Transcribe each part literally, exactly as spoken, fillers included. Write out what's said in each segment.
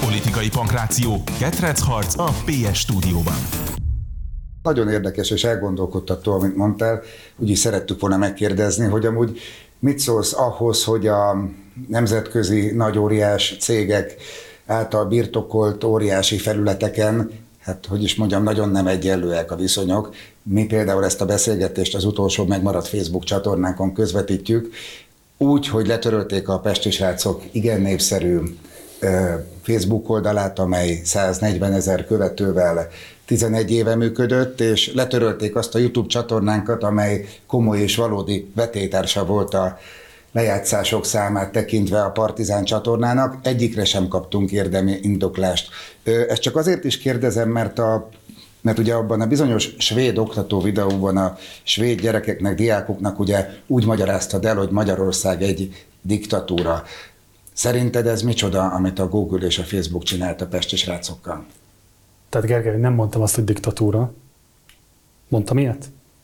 Politikai pankráció, ketrecharc a pé es stúdióban. Nagyon érdekes és elgondolkodtató, amit mondtál. Úgyis szerettük volna megkérdezni, hogy amúgy mit szólsz ahhoz, hogy a nemzetközi nagy óriás cégek által birtokolt óriási felületeken, hát hogy is mondjam, nagyon nem egyenlőek a viszonyok. Mi például ezt a beszélgetést az utolsó megmaradt Facebook csatornánkon közvetítjük, úgy, hogy letörölték a Pesti Srácok igen népszerű Facebook oldalát, amely száznegyvenezer követővel tizenegy éve működött, és letörölték azt a YouTube csatornánkat, amely komoly és valódi vetélytársa volt a lejátszások számát tekintve a Partizán csatornának. Egyikre sem kaptunk érdemi indoklást. Ezt csak azért is kérdezem, mert a Mert ugye abban a bizonyos svéd oktató videóban a svéd gyerekeknek, diákoknak ugye úgy magyaráztad el, hogy Magyarország egy diktatúra. Szerinted ez micsoda, amit a Google és a Facebook csinált a Pesti Srácokkal? Tehát Gergely, nem mondtam azt, hogy diktatúra. Mondtam ilyet?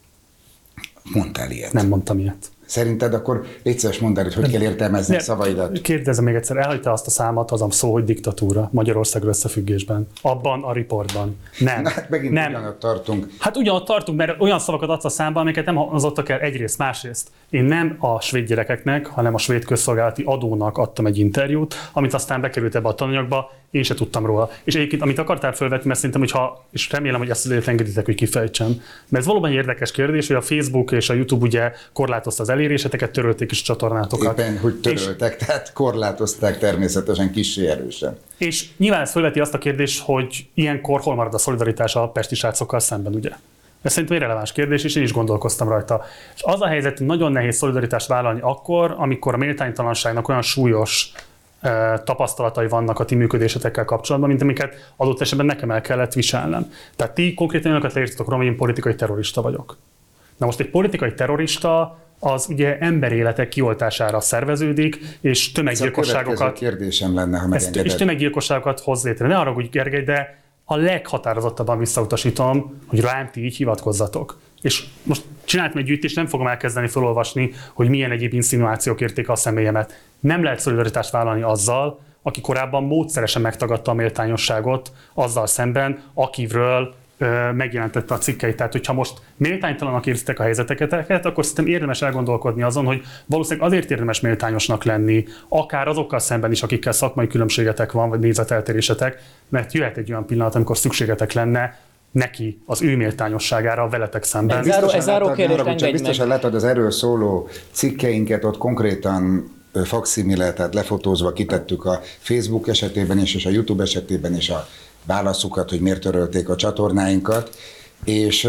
Mondtál ilyet. Nem mondtam ilyet. Szerinted akkor légy szíves mondd el, hogy hogy kell értelmezni a szavaidat? Kérdezem még egyszer, elhagyta azt a számot, az a szó, hogy diktatúra Magyarországról összefüggésben. Abban a riportban. Nem. Na, hát megint nem. ugyanott tartunk. Hát ugyanott tartunk, mert olyan szavakat adsz a számba, amiket nem hozottak el egyrészt, másrészt. Én nem a svéd gyerekeknek, hanem a svéd közszolgálati adónak adtam egy interjút, amit aztán bekerült ebbe a tananyagba, én se tudtam róla. És egyébként, amit akartál felvetni, mert szerintem, hogyha, és remélem, hogy ezt azért engeditek, hogy kifejtsem. Mert ez valóban egy érdekes kérdés, hogy a Facebook és a YouTube ugye korlátozta az eléréseteket, törölték is a csatornátokat. Éppen, hogy töröltek, és, tehát korlátozták természetesen kissé erősen. És nyilván ez felveti azt a kérdést, hogy ilyenkor hol marad a szolidaritás a Pesti Srácokkal szemben, ugye? Ez szerintem egy releváns kérdés, és én is gondolkoztam rajta. És az a helyzet, hogy nagyon nehéz szolidaritást vállalni akkor, amikor a méltánytalanságnak olyan súlyos tapasztalatai vannak a ti működésetekkel kapcsolatban, mint amiket adott esetben nekem el kellett viselnem. Tehát ti konkrétan olyanokat leírtatok róla, hogy én politikai terrorista vagyok. Na most egy politikai terrorista az ugye emberéletek kioltására szerveződik, és tömeggyilkosságokat... Ez a kérdésem lenne, ha megengeded. És tömeggyilkosságokat hoz létre. Ne arra, hogy Gergely, de a leghatározottabban visszautasítom, hogy rám ti így hivatkozzatok. És most csináltam egy gyűjtést, nem fogom elkezdeni felolvasni, hogy milyen egyéb insinuációk érték a személyemet. Nem lehet szolidaritást vállalni azzal, aki korábban módszeresen megtagadta a méltányosságot azzal szemben, akiről ö, megjelentette a cikkeit. Tehát, hogyha most méltánytalanak érzitek a helyzeteket, akkor szerintem érdemes elgondolkodni azon, hogy valószínűleg azért érdemes méltányosnak lenni, akár azokkal szemben is, akikkel szakmai különbségetek van, vagy nézeteltérésetek, mert jöhet egy olyan pillanat, amikor szükségetek lenne neki az ő méltányosságára veletek szemben. Ez záró, ez záró kérdést engedj meg. Biztosan látod az erről szóló cikkeinket, ott konkrétan fakszimile, tehát lefotózva kitettük a Facebook esetében is, és a YouTube esetében is a válaszukat, hogy miért törölték a csatornáinkat, és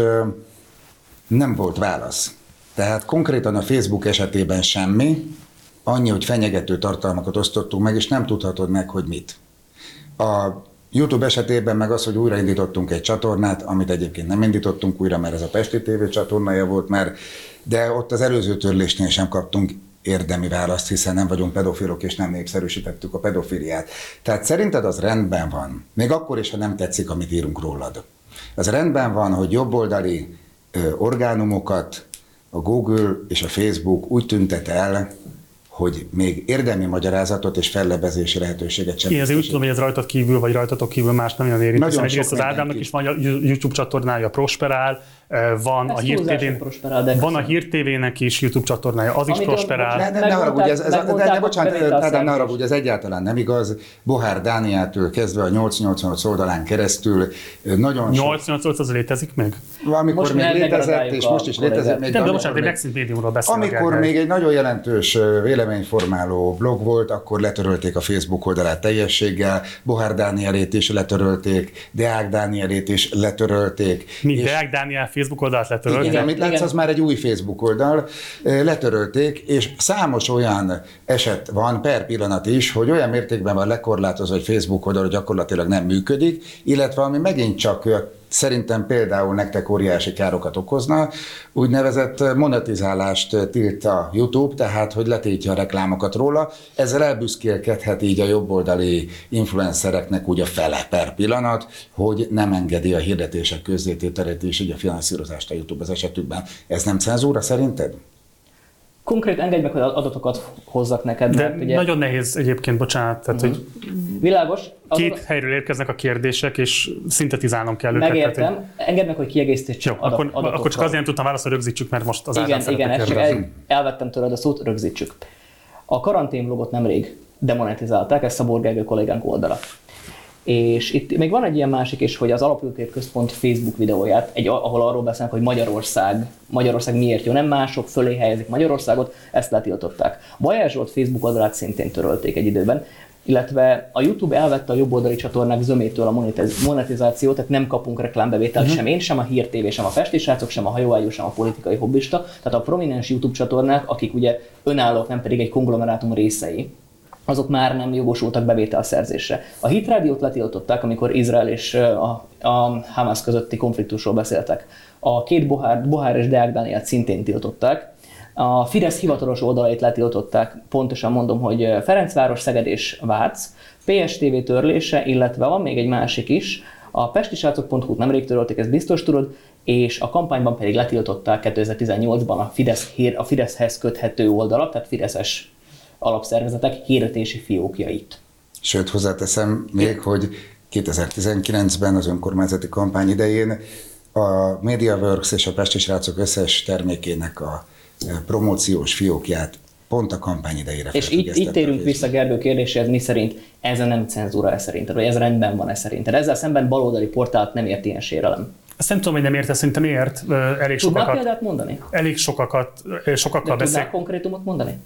nem volt válasz. Tehát konkrétan a Facebook esetében semmi, annyi, hogy fenyegető tartalmakat osztottunk meg, és nem tudhatod meg, hogy mit. A YouTube esetében meg az, hogy újraindítottunk egy csatornát, amit egyébként nem indítottunk újra, mert ez a Pesti té vé csatornája volt már, de ott az előző törlésnél sem kaptunk érdemi választ, hiszen nem vagyunk pedofilok, és nem népszerűsítettük a pedofiliát. Tehát szerinted az rendben van, még akkor is, ha nem tetszik, amit írunk rólad. Az rendben van, hogy jobboldali ö, orgánumokat a Google és a Facebook úgy tüntet el, hogy még érdemi magyarázatot és fellebezési lehetőséget sem. Én azért úgy tudom, hogy ez rajtad kívül, vagy rajtatok kívül más nem olyan érint. Hiszen egyrészt az Ádámnak is van YouTube csatornája, prosperál, van ez a Hír té vén, van a Hír té vének is YouTube csatornája, az is prosperál. Ne, ne, ne haragudj, ez, ez, de, de bocsánat, Ádám, ne haragudj, ez egyáltalán nem igaz. Bohár Dániától kezdve a nyolcszáznyolcvanöt oldalán keresztül nagyon sok... nyolcszáznyolcvanöt az létezik még? Amikor most még létezett, és most is létezik. Még de, de bocsánat, egy megszint médiumról beszélünk. Amikor még egy nagyon jelentős véleményformáló blog volt, akkor letörölték a Facebook oldalát teljességgel, Bohár Dánielét is letörölték, Deák Dánielét is letörölték. Mi Deák Dániel Facebook oldalt letörölték? Igen, amit látsz, az már egy új Facebook oldal, letörölték, és számos olyan eset van per pillanat is, hogy olyan mértékben van lekorlátozva, hogy Facebook oldal gyakorlatilag nem működik, illetve ami megint csak szerintem például nektek óriási károkat okozna, úgynevezett monetizálást tilt a YouTube, tehát hogy letiltja a reklámokat róla, ezzel elbüszkélkedhet így a jobboldali influencereknek úgy a fele per pillanat, hogy nem engedi a hirdetések közzétételét és így a finanszírozást a YouTube az esetükben. Ez nem cenzúra szerinted? Konkrét engedj meg, hogy adatokat hozzak neked. De mert ugye... nagyon nehéz egyébként, bocsánat, tehát, uh-huh. hogy Világos. két Adat... helyről érkeznek a kérdések, és szintetizálnom kell őket. Megértem. Tehát, hogy... Engedd meg, hogy kiegészítsük Jó, adat, akkor, akkor csak azért nem tudtam válaszolni, rögzítsük, mert most az igen, igen, ezt csak el, elvettem tőled a szót, rögzítsük. A karanténvlogot nemrég demonetizálták, ez Szabó Gergely kollégánk oldala. És itt még van egy ilyen másik is, hogy az Alapültét Központ Facebook videóját, egy, ahol arról beszélnek, hogy Magyarország, Magyarország miért jó, nem mások fölé helyezik Magyarországot, ezt letiltották. Bajár Zsolt Facebook oldalát szintén törölték egy időben, illetve a YouTube elvette a jobboldali csatornák zömétől a monetizációt, tehát nem kapunk reklámbevételt uh-huh. sem én, sem a Hír té vé, sem a Festi srácok, sem a Hajóágyú, sem a Politikai Hobbista. Tehát a prominens YouTube csatornák, akik ugye önállók, nem pedig egy konglomerátum részei, azok már nem jogosultak bevételszerzésre. A Hit Rádiót letiltották, amikor Izrael és a, a Hamász közötti konfliktusról beszéltek. A két Bohár, Bohár és Deák Dánielt szintén tiltották. A Fidesz hivatalos oldalait letiltották, pontosan mondom, hogy Ferencváros, Szeged és Vác, pé es té vé törlése, illetve van még egy másik is, a pestisrácok pont hu-t nemrég törölték, ezt biztos tudod, és a kampányban pedig letiltották kétezer-tizennyolcban a, Fidesz, a Fideszhez köthető oldalak, tehát fideszes alapszervezetek hirdetési fiókjait. Sőt, hozzáteszem még, hogy kétezer-tizenkilencben az önkormányzati kampány idején a MediaWorks és a Pesti srácok összes termékének a promóciós fiókját pont a kampány idejére. És itt, itt térünk vissza Gergő kérdéséhez, mi szerint ez nem cenzúra e szerinted, vagy ez rendben van e szerinted. Ezzel szemben baloldali portált nem ért ilyen sérelem. Ezt nem tudom, hogy nem ért, szerintem ért. Elég Tudnál sokakat, példát mondani? Elég sokakat, sokakkal beszél. Tudnál konkrétumot mondani?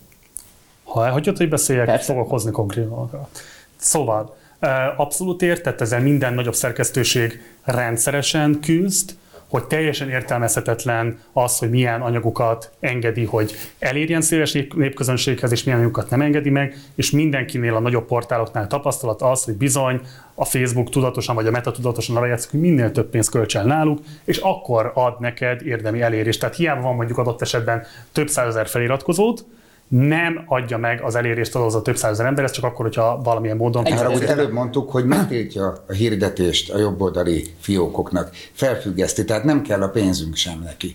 Ha elhagyod, hogy beszéljek, Persze. fogok hozni konkrétumokat. Szóval, abszolút értett, ezzel minden nagyobb szerkesztőség rendszeresen küzd, hogy teljesen értelmezhetetlen az, hogy milyen anyagokat engedi, hogy elérjen széles népközönséghez, és milyen anyagokat nem engedi meg, és mindenkinél a nagyobb portáloknál tapasztalat az, hogy bizony a Facebook tudatosan, vagy a Meta tudatosan arra játszik, hogy minél több pénzt költsen náluk, és akkor ad neked érdemi elérést. Tehát hiába van mondjuk adott esetben több százezer feliratkozót, nem adja meg az elérést az a több százezer ember, ez csak akkor, hogyha valamilyen módon... Már ahogy előbb mondtuk, hogy megtiltja a hirdetést a jobboldali fiókoknak, felfüggeszti, tehát nem kell a pénzünk sem neki.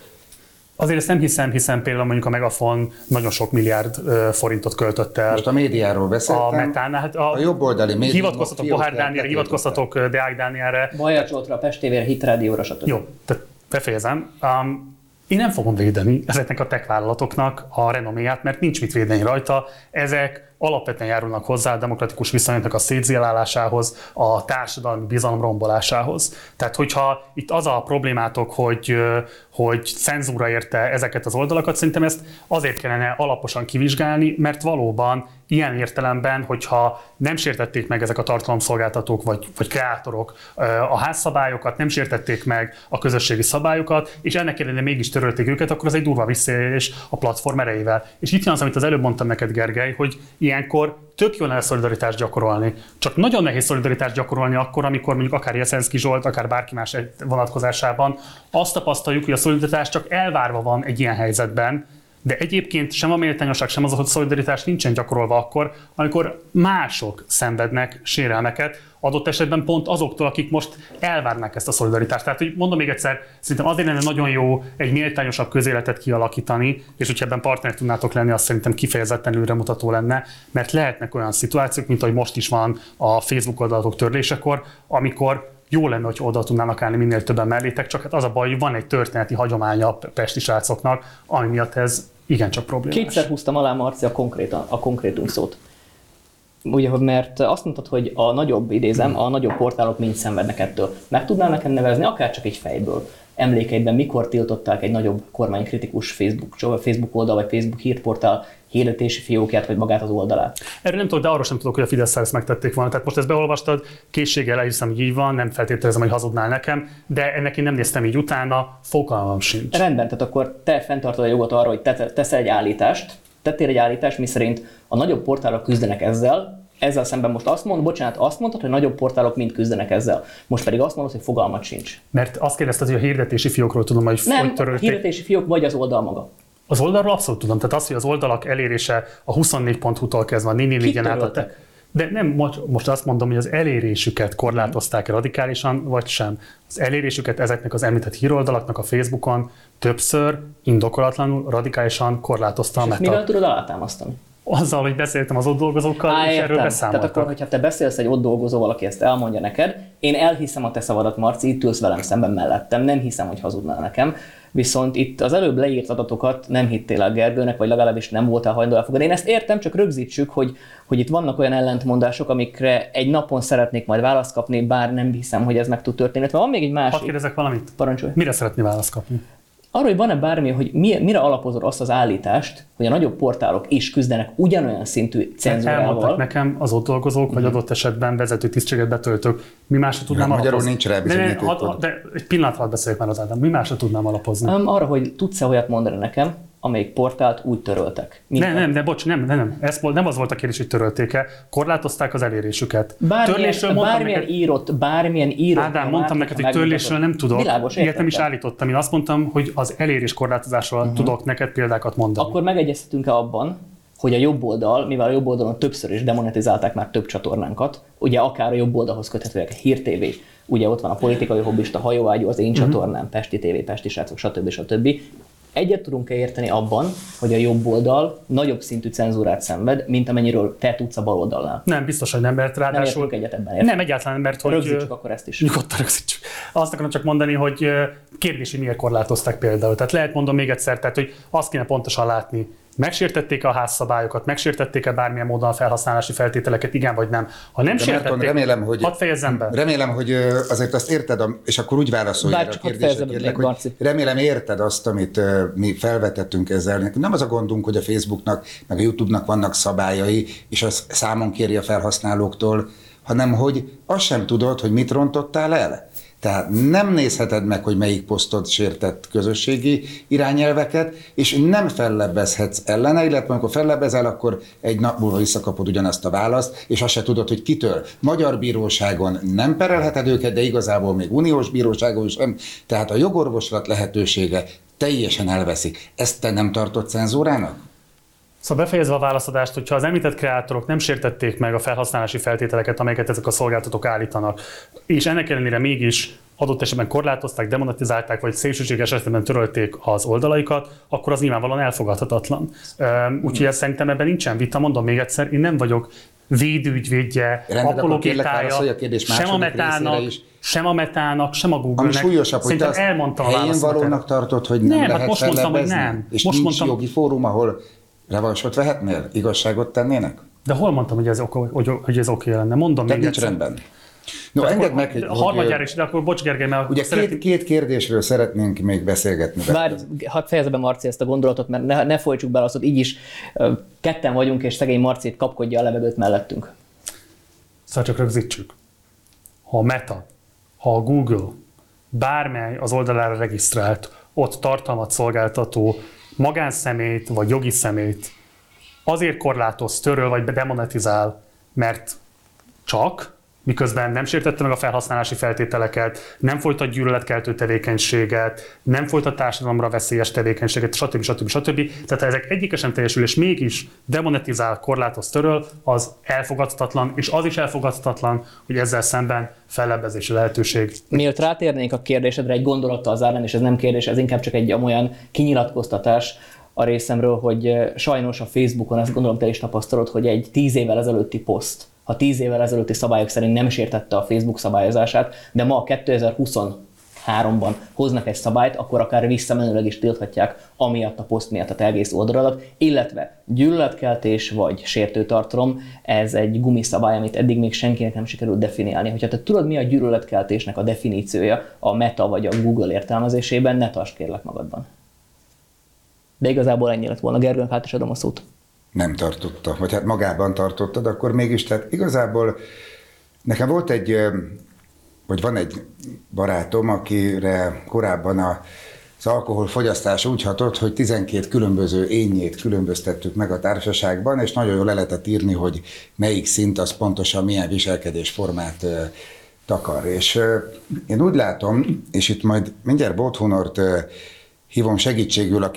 Azért ezt nem hiszem, hiszen például mondjuk a Megafon nagyon sok milliárd uh, forintot költött el. Most a médiáról beszéltem. A Metánál, hát a, a jobboldali médiumok hivatkoztatok Bohár Dánielre, hivatkoztatok Deák Dánielre. Bajár Zsoltra, a Pest té vére, Hit Rádióra, stb. Jó, tehát befejezem. Um, Én nem fogom védeni ezeknek a tech vállalatoknak a renoméját, mert nincs mit védeni rajta. Ezek alapvetően járulnak hozzá a demokratikus viszonyoknak a szétzélálásához, a társadalmi bizalom rombolásához. Tehát, hogyha itt az a problémátok, hogy, hogy cenzúra érte ezeket az oldalakat, szerintem ezt azért kellene alaposan kivizsgálni, mert valóban ilyen értelemben, hogyha nem sértették meg ezek a tartalomszolgáltatók vagy, vagy kreátorok a házszabályokat, nem sértették meg a közösségi szabályokat, és ennek ellenére mégis törölték őket, akkor az egy durva visszaélés a platform erejével. És itt jön az, amit az előbb mondtam neked, Gergely, hogy ilyenkor tök jól lehet szolidaritást gyakorolni. Csak nagyon nehéz szolidaritást gyakorolni akkor, amikor mondjuk akár Jeszenszky Zsolt, akár bárki más vonatkozásában azt tapasztaljuk, hogy a szolidaritás csak elvárva van egy ilyen helyzetben, de egyébként sem a méltányosság, sem az, hogy szolidaritás nincsen gyakorolva akkor, amikor mások szenvednek sérelmeket, adott esetben pont azoktól, akik most elvárnák ezt a szolidaritást. Tehát, hogy mondom még egyszer, szerintem azért lenne nagyon jó egy méltányosabb közéletet kialakítani, és hogyha ebben partnerek tudnátok lenni, azt szerintem kifejezetten előremutató lenne, mert lehetnek olyan szituációk, mint ahogy most is van a Facebook oldalatok törlésekor, amikor jó lenne, hogy oda tudnának állni minél többen mellétek, csak hát az a baj, hogy van egy történeti hagyománya a pesti srácoknak, ami miatt ez igencsak problémás. Kétszer húztam alá, Marci, a, a konkrétum szót. Ugye, mert azt mondtad, hogy a nagyobb, idézem, a nagyobb portálok mind szenvednek ettől. Meg tudnál nekem nevezni, akár csak egy fejből, emlékeidben mikor tiltották egy nagyobb kormánykritikus Facebook, Facebook oldal vagy Facebook hírportál hirdetési fiókját, vagy magát az oldalát? Erről nem tudok, de arról sem tudok, hogy a Fidesz-szel ezt megtették volna. Tehát most ezt beolvastad, készséggel elhiszem, hogy így van, nem feltételezem, hogy hazudnál nekem, de ennek én nem néztem így utána, fogalmam sincs. Rendben, tehát akkor te fenntartod a jogot arra, hogy te teszel egy állítást, tettél egy állítást, miszerint a nagyobb portálok küzdenek ezzel, ezzel szemben most azt mond, bocsánat, azt mondtad, hogy nagyobb portálok mind küzdenek ezzel. Most pedig azt mondod, hogy fogalmat sincs. Mert azt kérdezted, hogy a hirdetési fiókról tudom, hogy nem, törölték. Nem, hirdetési fiók vagy az oldal maga. Az oldalról abszolút tudom. Tehát az, hogy az oldalak elérése a huszonnégy pont hu-tól kezdve a négy négy négyen át. De nem most azt mondom, hogy az elérésüket korlátozták radikálisan, vagy sem. Az elérésüket ezeknek az említett híroldalaknak a Facebookon többször indokolatlanul, radikálisan korlátozta a Meta. Mivel tudod alátámasztani? Azzal, hogy beszéltem az ott dolgozókkal, Á, és értem. erről beszámoltak. Tehát akkor, hogyha te beszélsz egy ott dolgozóval, aki ezt elmondja neked, én elhiszem a te szavadat, Marci, itt ülsz velem szemben mellettem, nem hiszem, hogy hazudnál nekem. Viszont itt az előbb leírt adatokat nem hittél el Gergőnek, vagy legalábbis nem voltál hajlandó elfogadni. Én ezt értem, csak rögzítsük, hogy, hogy itt vannak olyan ellentmondások, amikre egy napon szeretnék majd választ kapni, bár nem hiszem, hogy ez meg tud történni. Mert van még egy másik. Hadd kérdezek valamit? Parancsolj. Mire szeretné választ kapni? Arra, hogy van-e bármi, hogy mi, mire alapozod azt az állítást, hogy a nagyobb portálok is küzdenek ugyanolyan szintű cenzúrával. Elmondták nekem az ott dolgozók, vagy adott esetben vezető tisztséget betöltők. Mi másra tudnám alapozni? Magyarul nincs rá bizonyíték. De, de, de egy pillanatra beszéljük már az Ádám. Mi másra tudnám alapozni? Um, arra, hogy tudsz-e olyat mondani nekem, amelyik portált úgy töröltek. Nem, nem, de bocs, nem, nem, nem. Ez nem az volt a kérdés, hogy törölték-e, korlátozták az elérésüket. Bármilyen, törlésről bármilyen neked, írott, bármilyen írott. Ádám, mondtam neked, hogy törlésről nem tudok. Világos, ilyet nem is állítottam. Én azt mondtam, hogy az elérés korlátozásról uh-huh. tudok neked példákat mondani. Akkor megegyezhetünk-e abban, hogy a jobb oldal, mivel a jobb oldalon többször is demonetizálták már több csatornánkat, ugye akár a jobb oldalhoz köthetőek, a Hír té vé, ugye ott van a politikai hobbista, hajóágyú, az én uh-huh. csatornám, Pesti té vé, Pesti srácok, stb. stb. Egyet tudunk-e érteni abban, hogy a jobb oldal nagyobb szintű cenzúrát szenved, mint amennyiről te tudsz a bal oldalnál? Nem, biztos, hogy nem, mert ráadásul... Nem egyet ebben, értem? Nem, egyáltalán nem, mert hogy... Rögzítsük akkor ezt is. Nyugodtan rögzítsük. Azt akarom csak mondani, hogy kérdés, hogy miért korlátozták például. Tehát lehet mondom még egyszer, tehát hogy azt kéne pontosan látni, megsértették-e a házszabályokat, megsértették-e bármilyen módon a felhasználási feltételeket, igen vagy nem. Ha nem sértették, remélem, hogy, hadd fejezzem be. Remélem, hogy azért azt érted, és akkor úgy válaszolj erre a kérdésre, kérlek, hogy remélem érted azt, amit mi felvetettünk ezzel. Nem az a gondunk, hogy a Facebooknak, meg a YouTube-nak vannak szabályai, és az számon kéri a felhasználóktól, hanem hogy azt sem tudod, hogy mit rontottál el. Tehát nem nézheted meg, hogy melyik posztod sértett közösségi irányelveket, és nem fellebbezhetsz ellene, illetve amikor fellebbezel, akkor egy nap múlva visszakapod ugyanazt a választ, és azt se tudod, hogy kitől. Magyar bíróságon nem perelheted őket, de igazából még uniós bíróságon sem. Tehát a jogorvoslat lehetősége teljesen elveszik. Ezt te nem tartod cenzúrának? Szóval befejezve a válaszadást, hogyha az említett kreátorok nem sértették meg a felhasználási feltételeket, amelyeket ezek a szolgáltatók állítanak, és ennek ellenére mégis adott esetben korlátozták, demonetizálták, vagy szélsőséges esetben törölték az oldalaikat, akkor az nyilvánvalóan elfogadhatatlan. Úgyhogy ez szerintem ebben nincsen vita, mondom még egyszer, én nem vagyok védőügyvédje, apologétája, sem a Metának, sem a Metának, sem a Google-nek. Ami súlyosabb, hogy te azt helyén valónak tartod, hogy nem, nem lehet most mondtam, hogy nem. És most nincs mondtam, jogi fórum, ahol revansot vehetnél? Igazságot tennének? De hol mondtam, hogy ez, hogy, hogy ez oké lenne? Mondom tehát még nincs egyszer. rendben. No, engedd meg, hogy... Harmadjára is, de akkor bocs Gergely, mert... Ugye szeretném... két, két kérdésről szeretnénk még beszélgetni. Bár, hadd fejezze be Marci ezt a gondolatot, mert ne, ne folytsuk bele azt, hogy így is ketten vagyunk, és szegény Marcit kapkodja a levegőt mellettünk. Szóval csak rögzítsük. Ha a Meta, ha a Google bármely az oldalára regisztrált, ott tartalmat szolgáltató magánszemélyt vagy jogi személyt azért korlátoz, töröl vagy demonetizál, mert csak, miközben nem sértette meg a felhasználási feltételeket, nem folytat gyűlöletkeltő tevékenységet, nem folytat társadalomra veszélyes tevékenységet, stb. stb. stb. Tehát ha ezek egyike sem teljesül, és mégis demonetizál, korlátoz, töröl, az elfogadhatatlan, és az is elfogadhatatlan, hogy ezzel szemben fellebbezési lehetőség. Mielőtt rátérnénk a kérdésedre, egy gondolattal zárnám, és ez nem kérdés, ez inkább csak egy olyan kinyilatkoztatás a részemről, hogy sajnos a Facebookon, ezt gondolom te is tapasztalod, hogy egy tíz évvel ezelőtti poszt, ha tíz évvel ezelőtti szabályok szerint nem sértette a Facebook szabályozását, de ma kétezer-huszonháromban hoznak egy szabályt, akkor akár visszamenőleg is tilthatják amiatt a poszt miatt az egész oldalat, illetve gyűlöletkeltés vagy sértőtartalom, ez egy gumiszabály, amit eddig még senkinek nem sikerült definiálni. Hogyha te tudod, mi a gyűlöletkeltésnek a definíciója a Meta vagy a Google értelmezésében, ne tartsd kérlek magadban. De igazából ennyi lett volna. Gergőnek át is adom a szót. Nem tartotta, vagy hát magában tartottad, akkor mégis, tehát igazából nekem volt egy, vagy van egy barátom, akire korábban a, az alkoholfogyasztás úgy hatott, hogy tizenkét különböző énnyét különböztettük meg a társaságban, és nagyon jól le lehetett írni, hogy melyik szint az pontosan milyen viselkedésformát takar. És én úgy látom, és itt majd mindjárt Both Hunort hívom segítségül, aki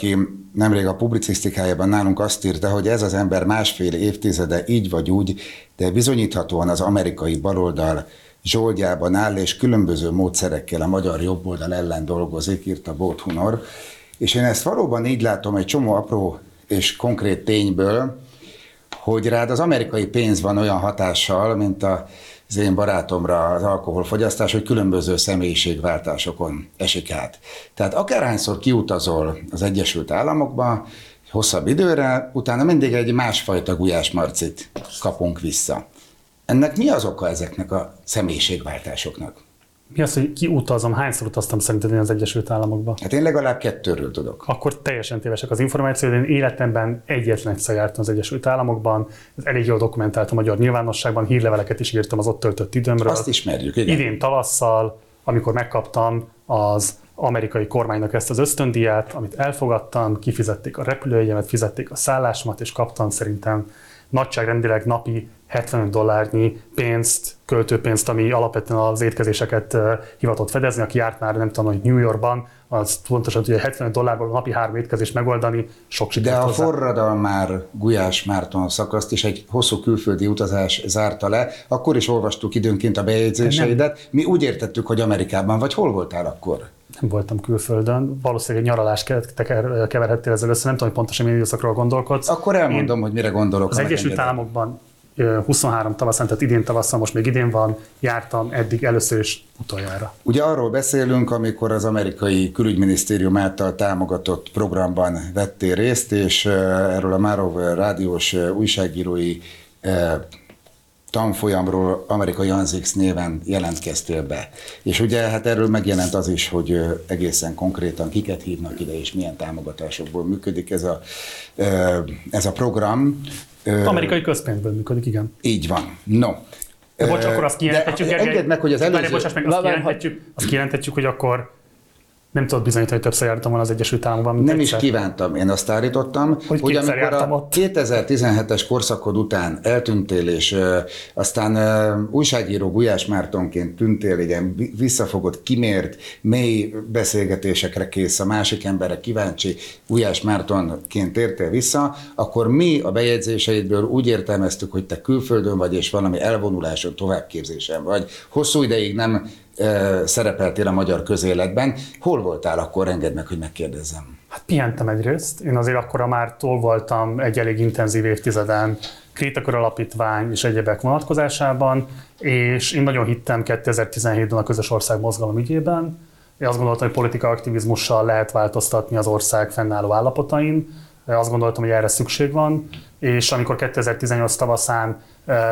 nemrég a publicisztikájában nálunk azt írta, hogy ez az ember másfél évtizede így vagy úgy, de bizonyíthatóan az amerikai baloldal zsoldjában áll, és különböző módszerekkel a magyar jobboldal ellen dolgozik, írta Bóth Hunor. És én ezt valóban így látom egy csomó apró és konkrét tényből, hogy rád az amerikai pénz van olyan hatással, mint az én barátomra az alkoholfogyasztás, hogy különböző személyiségváltásokon esik át. Tehát akárhányszor kiutazol az Egyesült Államokba, hosszabb időre, utána mindig egy másfajta Gulyás Marcit kapunk vissza. Ennek mi az oka ezeknek a személyiségváltásoknak? Mi az, hogy kiutazom? Hányszor utaztam szerinted én az Egyesült Államokba? Hát én legalább kettőről tudok. Akkor teljesen tévesek az információk, én életemben egyetlen egyszer jártam az Egyesült Államokban, ez elég jól dokumentált a magyar nyilvánosságban, hírleveleket is írtam az ott töltött időmről. Azt ismerjük, igen. Idén tavasszal, amikor megkaptam az amerikai kormánynak ezt az ösztöndíját, amit elfogadtam, kifizették a repülőjegyemet, fizették a szállásomat, és kaptam szerintem nagyságrendileg napi hetvenöt dollárnyi pénzt, költőpénzt, ami alapvetően az étkezéseket uh, hivatott fedezni. Aki járt már, nem tudom, hogy New Yorkban, az pontosan tudja, hogy hetvenöt dollárból napi három étkezést megoldani, sok sikert De a hozzá. Forradalmár Gulyás Márton szakaszt is egy hosszú külföldi utazás zárta le, akkor is olvastuk időnként a bejegyzéseidet. Mi úgy értettük, hogy Amerikában, vagy hol voltál akkor? Nem voltam külföldön, valószínűleg egy nyaralást keverhettél ezzel össze, nem tudom, hogy pontosan milyen időszakról gondolkodsz. Akkor elmondom, Én hogy mire gondolok. Az Egyesült Államokban huszonhárom tavaszán, tehát idén tavasszal, most még idén van, jártam eddig először is utoljára. Ugye arról beszélünk, amikor az amerikai külügyminisztérium által támogatott programban vettél részt, és erről a Márov rádiós újságírói tanfolyamról Amerikai Janzix néven jelentkeztél be. És ugye hát erről megjelent az is, hogy egészen konkrétan kiket hívnak ide, és milyen támogatásokból működik ez a, ez a program. Amerikai közpénzből működik, igen. Így van. No. De bocs, akkor azt kijelenthetjük, Gergely. Engedd meg, hogy az előző... Bocsáss meg, azt kijelenthetjük, azt kijelenthetjük, hogy akkor nem tudod bizonyítani, hogy többször jártam volna az Egyesült Államokban, mint Nem egyszer. is kívántam, én azt állítottam, hogy, hogy amikor a ott. kétezer-tizenhetes korszakod után eltűntél, és uh, aztán uh, újságíró Gulyás Mártonként tűntél, ilyen visszafogott, kimért, mély beszélgetésekre kész, a másik emberre kíváncsi Gulyás Mártonként tértél vissza, akkor mi a bejegyzéseidből úgy értelmeztük, hogy te külföldön vagy, és valami elvonuláson, továbbképzésen vagy. Hosszú ideig nem szerepeltél a magyar közéletben. Hol voltál akkor? Engedd meg, hogy megkérdezzem. Hát pihentem egyrészt. Én azért akkora már túl voltam egy elég intenzív évtizeden Krétakör Alapítvány és egyebek vonatkozásában, és én nagyon hittem kétezer-tizenhétben a közös ország mozgalom ügyében. Én azt gondoltam, hogy politika aktivizmussal lehet változtatni az ország fennálló állapotain. Azt gondoltam, hogy erre szükség van, és amikor kétezer-tizennyolc tavaszán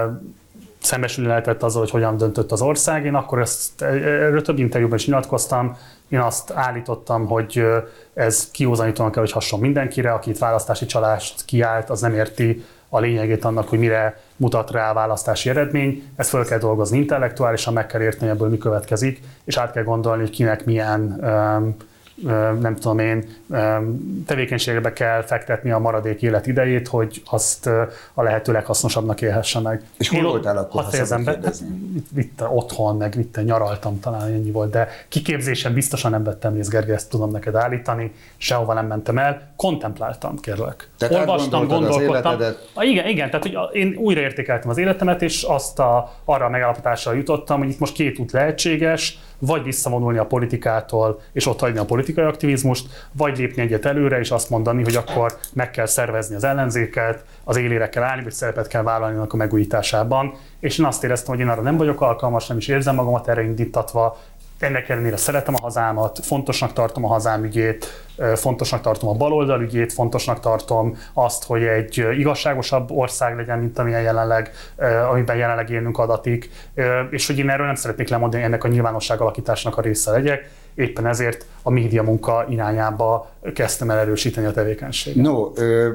szembesülni lehetett azzal, hogy hogyan döntött az ország. Én akkor ezt, erről több interjúban is nyilatkoztam. Én azt állítottam, hogy ez kiózanítóan kell, hogy hasson mindenkire, aki itt választási csalást kiállt, az nem érti a lényegét annak, hogy mire mutat rá a választási eredmény. Ezt föl kell dolgozni intellektuálisan, meg kell érteni, ebből mi következik, és át kell gondolni, hogy kinek milyen um, nem tudom én, tevékenységbe kell fektetni a maradék élet idejét, hogy azt a lehető leghasznosabbnak élhesse meg. És hol voltál akkor, ha szabad kérdezni? Itt otthon, meg itt nyaraltam, talán ennyi volt, de kiképzésen biztosan nem vettem részt, Gergely, ezt tudom neked állítani, sehova nem mentem el, kontempláltam, kérlek. Tehát olvastam, gondolkodtam. Az igen, igen, tehát hogy én újraértékeltem az életemet, és azt a, arra a megállapítással jutottam, hogy itt most két út lehetséges, vagy visszavonulni a politikától, és ott hagyni a politikai aktivizmust, vagy lépni egyet előre, és azt mondani, hogy akkor meg kell szervezni az ellenzéket, az élére kell állni, vagy szerepet kell vállalni a megújításában. És én azt éreztem, hogy én arra nem vagyok alkalmas, nem is érzem magamat erre indítatva, ennek ellenére szeretem a hazámat, fontosnak tartom a hazám ügyét, fontosnak tartom a baloldal ügyét, fontosnak tartom azt, hogy egy igazságosabb ország legyen, mint amilyen jelenleg, amiben jelenleg élnünk adatik, és hogy én erről nem szeretnék lemondani, ennek a nyilvánosság alakításnak a része legyek. Éppen ezért a média munka irányába kezdtem el erősíteni a tevékenységet. No, ö,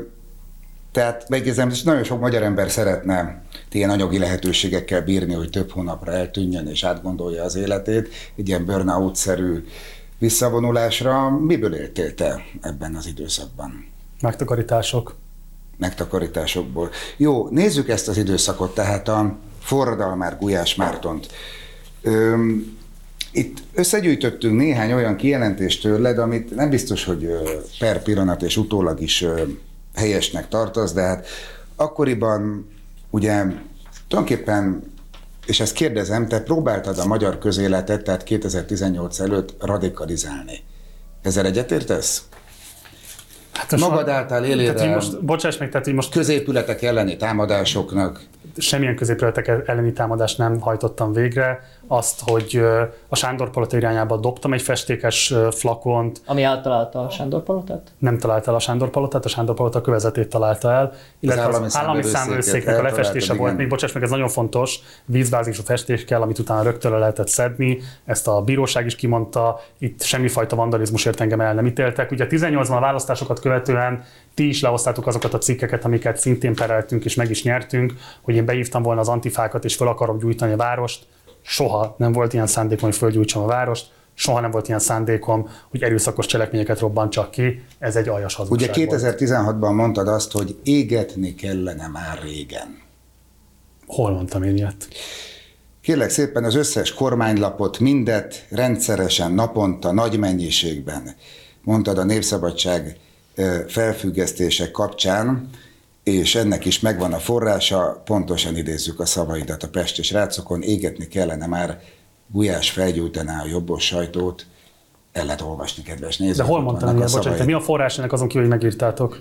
tehát megjegyzem, és nagyon sok magyar ember szeretne ilyen anyagi lehetőségekkel bírni, hogy több hónapra eltűnjön és átgondolja az életét, egy ilyen burnout-szerű visszavonulásra. Miből éltél te ebben az időszakban? Megtakarítások. Megtakarításokból. Jó, nézzük ezt az időszakot, tehát a forradalmár Gulyás Mártont. Öm, Itt összegyűjtöttünk néhány olyan kijelentést tőled, amit nem biztos, hogy per pillanat és utólag is helyesnek tartasz, de hát akkoriban ugye tulajdonképpen, és ezt kérdezem, te próbáltad a magyar közéletet, tehát kétezer-tizennyolc előtt radikalizálni. Ezzel egyetértesz? Hát magad által élére most, bocsáss meg, tehát, hogy most középületek elleni támadásoknak. Semmilyen középületek elleni támadást nem hajtottam végre. Azt, hogy a Sándor Palota irányába dobtam egy festékes flakont. Ami eltalálta a Sándor Palotát? Nem találta el a Sándor Palotát, a Sándor Palota kövezetét találta el. Illetve az állami, az állami számvevőszéknek a lefestése volt. Még bocsáss meg, ez nagyon fontos. Vízbázisú festés kell, amit utána rögtön le lehetett szedni. Ezt a bíróság is kimondta. Itt semmifajta vandalizmusért engem el nem ítéltek. Ugye tizennyolcban a választásokat követően ti is lehoztátok azokat a cikkeket, amiket szintén pereltünk és meg is nyertünk, hogy én behívtam volna az antifákat és fel akarom gyújtani a várost. Soha nem volt ilyen szándékom, hogy fölgyújtsam a várost, soha nem volt ilyen szándékom, hogy erőszakos cselekményeket robbantsak ki. Ez egy aljas hazugság. Ugye kétezer-tizenhatban mondtad azt, hogy égetni kellene már régen. Hol mondtam én ilyet? Kérlek szépen, az összes kormánylapot, mindet rendszeresen, naponta, nagy mennyiségben mondtad a Népszabadság felfüggesztések kapcsán, és ennek is megvan a forrása, pontosan idézzük a szavaidat a Pesti Srácokon, égetni kellene már, Gulyás felgyújtaná a jobbos sajtót, el lehet olvasni, kedves nézők. De hol mondtam, hogy bocsánat, mi a forrás ennek azon kívül, hogy megírtátok?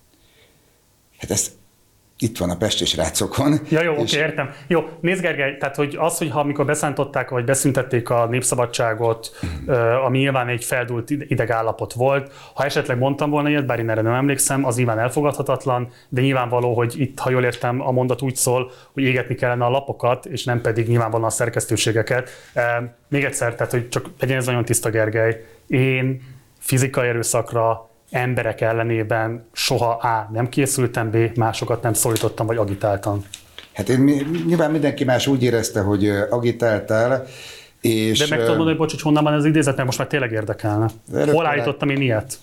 Hát ezt itt van a Pesti Srácokon. Ja, jó, és... oké, értem. Jó, nézd Gergely, tehát hogy az, hogy ha amikor beszántották, vagy beszüntették a Népszabadságot, uh, ami nyilván egy feldúlt idegállapot volt, ha esetleg mondtam volna ilyet, bár én erre nem emlékszem, az nyilván elfogadhatatlan, de nyilvánvaló, hogy itt, ha jól értem, a mondat úgy szól, hogy égetni kellene a lapokat, és nem pedig nyilvánvalóan a szerkesztőségeket. Uh, még egyszer, tehát hogy csak legyen ez nagyon tiszta, Gergely, én fizikai erőszakra, emberek ellenében soha A. nem készültem, B. másokat nem szólítottam, vagy agitáltam. Hát én, nyilván mindenki más úgy érezte, hogy agitáltál, és... De meg tudod mondani, bocs, hogy honnan van ez idézet, mert most már tényleg érdekelne. Hol állítottam én ilyet?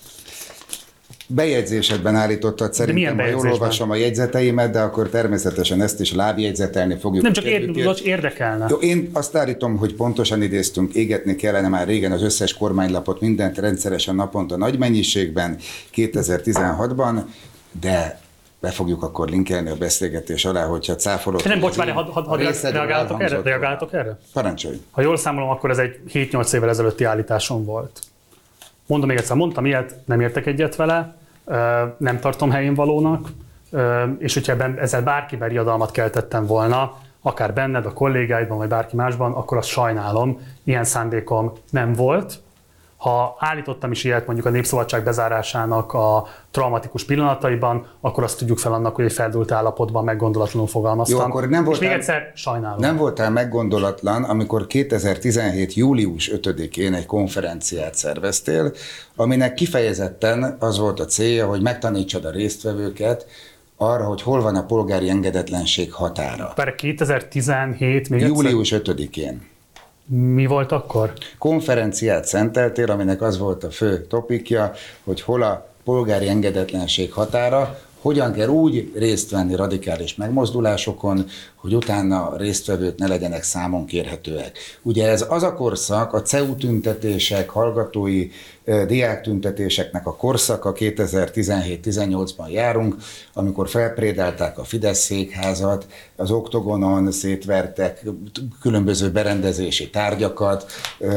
Bejegyzésedben állítottad, szerintem, ha jól olvasom a jegyzeteimet, de akkor természetesen ezt is lábjegyzetelni fogjuk. Nem csak ér- érdekelne. Jó, én azt állítom, hogy pontosan idéztünk, égetni kellene már régen az összes kormánylapot, mindent rendszeresen naponta nagy mennyiségben kétezer-tizenhatban, de be fogjuk akkor linkelni a beszélgetés alá, hogyha cáfolod. Nem, bocs, várj, hadd had, had, reagáltok erre? Reagáltok erre? Parancsolj. Ha jól számolom, akkor ez egy hét-nyolc évvel ezelőtti állításom volt. Mondom még egyszer, mondtam ilyet, nem értek egyet vele, nem tartom helyén valónak, és hogyha ebben, ezzel bárkiben riadalmat keltettem volna, akár benned, a kollégáidban, vagy bárki másban, akkor azt sajnálom, ilyen szándékom nem volt. Ha állítottam is ilyet mondjuk a Népszabadság bezárásának a traumatikus pillanataiban, akkor azt tudjuk fel annak, hogy egy feldúlt állapotban meggondolatlanul fogalmaztam. Jó, akkor nem voltál, és még egyszer sajnálom. Nem voltál meggondolatlan, amikor kétezer-tizenhét. július ötödikén egy konferenciát szerveztél, aminek kifejezetten az volt a célja, hogy megtanítsad a résztvevőket arra, hogy hol van a polgári engedetlenség határa. Bár kétezer-tizenhét még július ötödikén. Mi volt akkor? Konferenciát szenteltél, aminek az volt a fő topikja, hogy hol a polgári engedetlenség határa, hogyan kell úgy részt venni radikális megmozdulásokon, hogy utána a résztvevők ne legyenek számon kérhetőek. Ugye ez az a korszak, a cé e u tüntetések, hallgatói diáktüntetéseknek a korszaka, kétezer-tizenhét-tizennyolcban járunk, amikor felprédálták a Fidesz székházat, az oktogonon szétvertek különböző berendezési tárgyakat,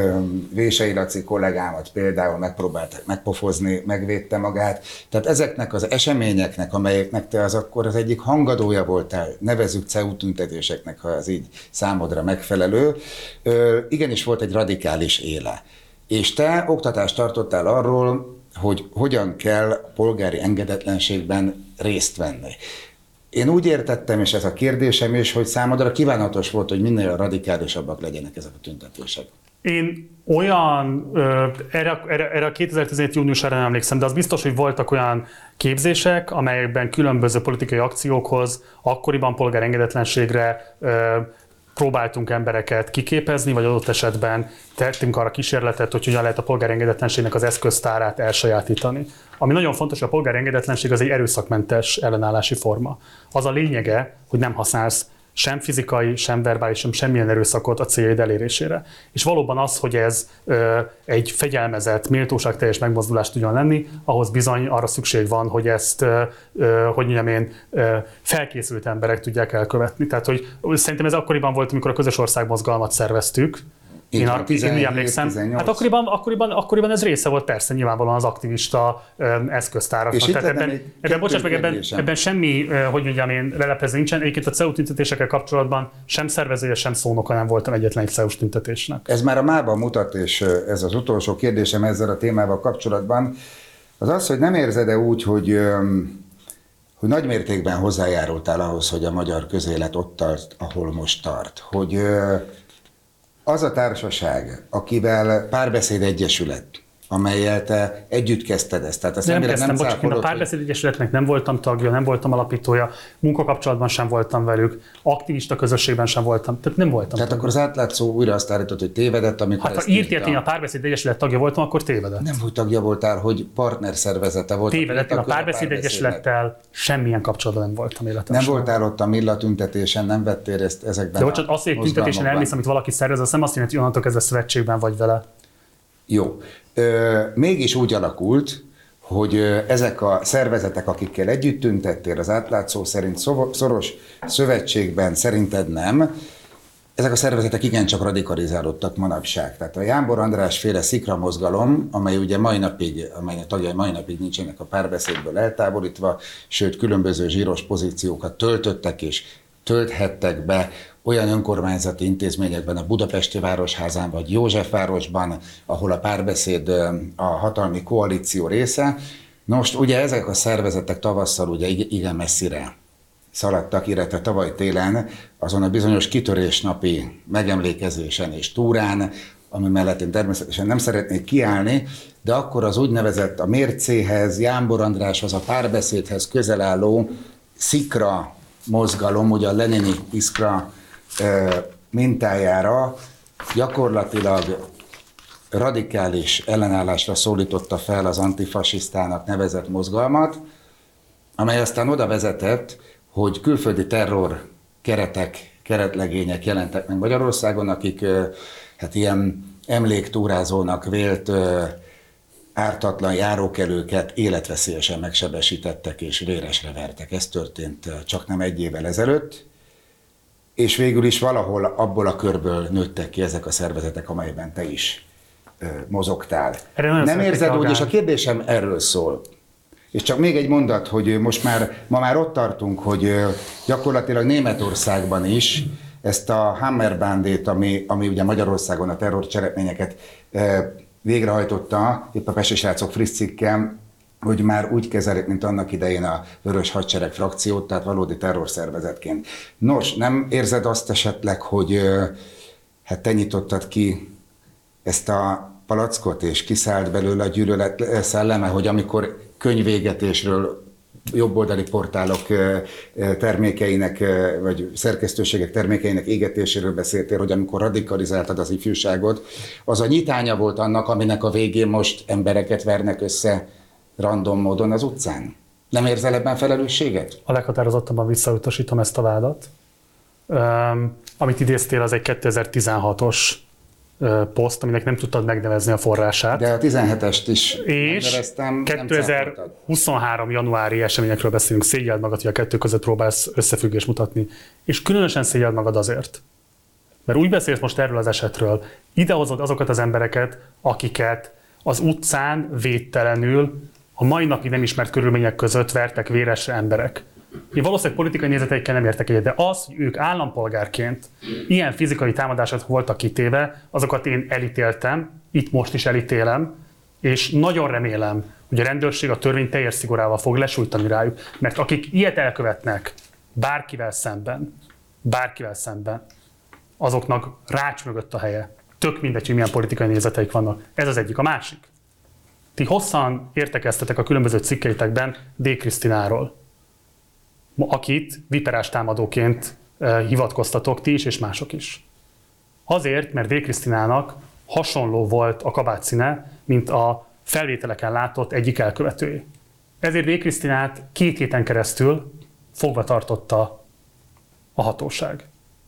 Vései Laci kollégámat például megpróbálták megpofozni, megvédte magát. Tehát ezeknek az eseményeknek, amelyeknek te az akkor az egyik hangadója voltál, nevezzük cé e u tüntetéseknek, ha ez így számodra megfelelő, igenis volt egy radikális éle. És te oktatást tartottál arról, hogy hogyan kell polgári engedetlenségben részt venni. Én úgy értettem, és ez a kérdésem is, hogy számodra kívánatos volt, hogy minél radikálisabbak legyenek ezek a tüntetések. Én olyan, erre, erre, erre a kétezer-tizenhét júniusára nem emlékszem, de az biztos, hogy voltak olyan képzések, amelyekben különböző politikai akciókhoz, akkoriban polgári engedetlenségre próbáltunk embereket kiképezni, vagy adott esetben tettünk arra kísérletet, hogy hogyan lehet a polgári engedetlenségnek az eszköztárát elsajátítani. Ami nagyon fontos, hogy a polgári engedetlenség az egy erőszakmentes ellenállási forma. Az a lényege, hogy nem használsz sem fizikai, sem verbális, sem semmilyen erőszakot a céljaid elérésére. És valóban az, hogy ez ö, egy fegyelmezett, méltóságteljes megmozdulás tudjon lenni, ahhoz bizony arra szükség van, hogy ezt, ö, ö, hogy mondjam én, ö, felkészült emberek tudják elkövetni. Tehát, hogy szerintem ez akkoriban volt, amikor a közös országmozgalmat szerveztük. Én, a, én úgy emlékszem, hát akkoriban, akkoriban, akkoriban ez része volt persze nyilvánvalóan az aktivista um, eszköztáraknak. Tehát ebben, ebben, bocsáss meg, ebben, ebben semmi, uh, hogy mondjam én, leleplező nincsen. Egyébként a cé e u tüntetésekkel kapcsolatban sem szervezője, sem szónoka nem voltam egyetlen egy cé e u-s tüntetésnek. Ez már a mában mutat, és ez az utolsó kérdésem ezzel a témával kapcsolatban, az az, hogy nem érzed-e úgy, hogy, hogy nagy mértékben hozzájárultál ahhoz, hogy a magyar közélet ott tart, ahol most tart. Hogy az a társaság, akivel Párbeszéd Egyesület, amelyel te együtt kezdted ezt. Tehát azt nem nem kezdtem, nem bocs, én a Párbeszéd Egyesületnek nem voltam tagja, nem voltam alapítója, munkakapcsolatban sem voltam velük, aktivista közösségben sem voltam, tehát nem voltam. Tehát tagja. akkor az átlátszó újra azt állított, hogy tévedett, amikor Hát ha írt ilyet, én a Párbeszéd Egyesület tagja voltam, akkor tévedett. Nem úgy tagja voltál, hogy partner szervezete volt. Tévedett, én a Párbeszéd Egyesülettel semmilyen kapcsolatban nem voltam életemben. Nem voltál ott a Milla tüntetésen, nem vettél részt ezekben. De bocsánat, azt, hogy egy tüntetésen elmész, amit valaki szervez, az nem azt jelenti, hogy onnantól kezdve szövetségben vagy vele. Jó. Ö, mégis úgy alakult, hogy ezek a szervezetek, akikkel együtt tüntettél, az átlátszó szerint szoros szövetségben szerinted nem, ezek a szervezetek igencsak radikalizálódtak manapság. Tehát a Jámbor András féle szikra mozgalom, amely ugye mai napig, amely a tagjai mai napig nincsenek a Párbeszédből eltávolítva, sőt különböző zsíros pozíciókat töltöttek és tölthettek be olyan önkormányzati intézményekben, a Budapesti Városházán vagy Józsefvárosban, ahol a Párbeszéd a hatalmi koalíció része. Most ugye ezek a szervezetek tavasszal ugye igen messzire szaladtak, illetve tavaly télen azon a bizonyos kitörésnapi megemlékezésen és túrán, ami mellett én természetesen nem szeretnék kiállni, de akkor az úgynevezett a mércéhez, Jámbor Andráshoz, a Párbeszédhez közel álló szikra mozgalom, ugye a lenini iszkra mintájára gyakorlatilag radikális ellenállásra szólította fel az antifasisztának nevezett mozgalmat, amely aztán oda vezetett, hogy külföldi terror keretek, keretlegények jelentek meg Magyarországon, akik hát ilyen emléktúrázónak vélt ártatlan járókelőket életveszélyesen megsebesítettek és véresre vertek. Ez történt csak nem egy évvel ezelőtt, és végül is valahol abból a körből nőttek ki ezek a szervezetek, amelyben te is ö, mozogtál. Nem érzed úgy, és a kérdésem erről szól. És csak még egy mondat, hogy most már, ma már ott tartunk, hogy gyakorlatilag Németországban is ezt a Hammerbandét, ami, ami ugye Magyarországon a terrorcselekményeket végrehajtotta, épp a Pesti srácok friss cikkem, hogy már úgy kezelik, mint annak idején a Vörös Hadsereg frakciót, tehát valódi terrorszervezetként. Nos, nem érzed azt esetleg, hogy hát te nyitottad ki ezt a palackot, és kiszállt belőle a gyűlölet szelleme, hogy amikor könyvégetésről, jobboldali portálok termékeinek, vagy szerkesztőségek termékeinek égetéséről beszéltél, hogy amikor radikalizáltad az ifjúságot, az a nyitánya volt annak, aminek a végén most embereket vernek össze random módon az utcán? Nem érzel ebben felelősséget? A leghatározottabban visszautasítom ezt a vádat. Um, amit idéztél, az egy kétezer-tizenhatos uh, poszt, aminek nem tudtad megnevezni a forrását. De a tizenhetest is és megneveztem. kétezer-huszonhárom januári eseményekről beszélünk, szégyeld magad, hogy a kettő között próbálsz összefüggést mutatni. És különösen szégyeld magad azért. Mert úgy beszélsz most erről az esetről, idehozod azokat az embereket, akiket az utcán védtelenül a mai napig nem ismert körülmények között vertek véresre emberek. Én valószínűleg politikai nézeteikkel nem értek egyet, de az, hogy ők állampolgárként ilyen fizikai támadások voltak kitéve, azokat én elítéltem, itt most is elítélem, és nagyon remélem, hogy a rendőrség a törvény teljes szigorával fog lesújtani rájuk, mert akik ilyet elkövetnek bárkivel szemben, bárkivel szemben, azoknak rács mögött a helye. Tök mindegy, hogy milyen politikai nézeteik vannak. Ez az egyik. A másik. Ti hosszan értekeztetek a különböző cikkeitekben D. Krisztináról, akit viperás támadóként eh, hivatkoztatok ti is, és mások is. Azért, mert D. Krisztinának hasonló volt a kabátszíne, mint a felvételeken látott egyik elkövetője. Ezért D. Krisztinát két héten keresztül fogva tartotta a hatóság.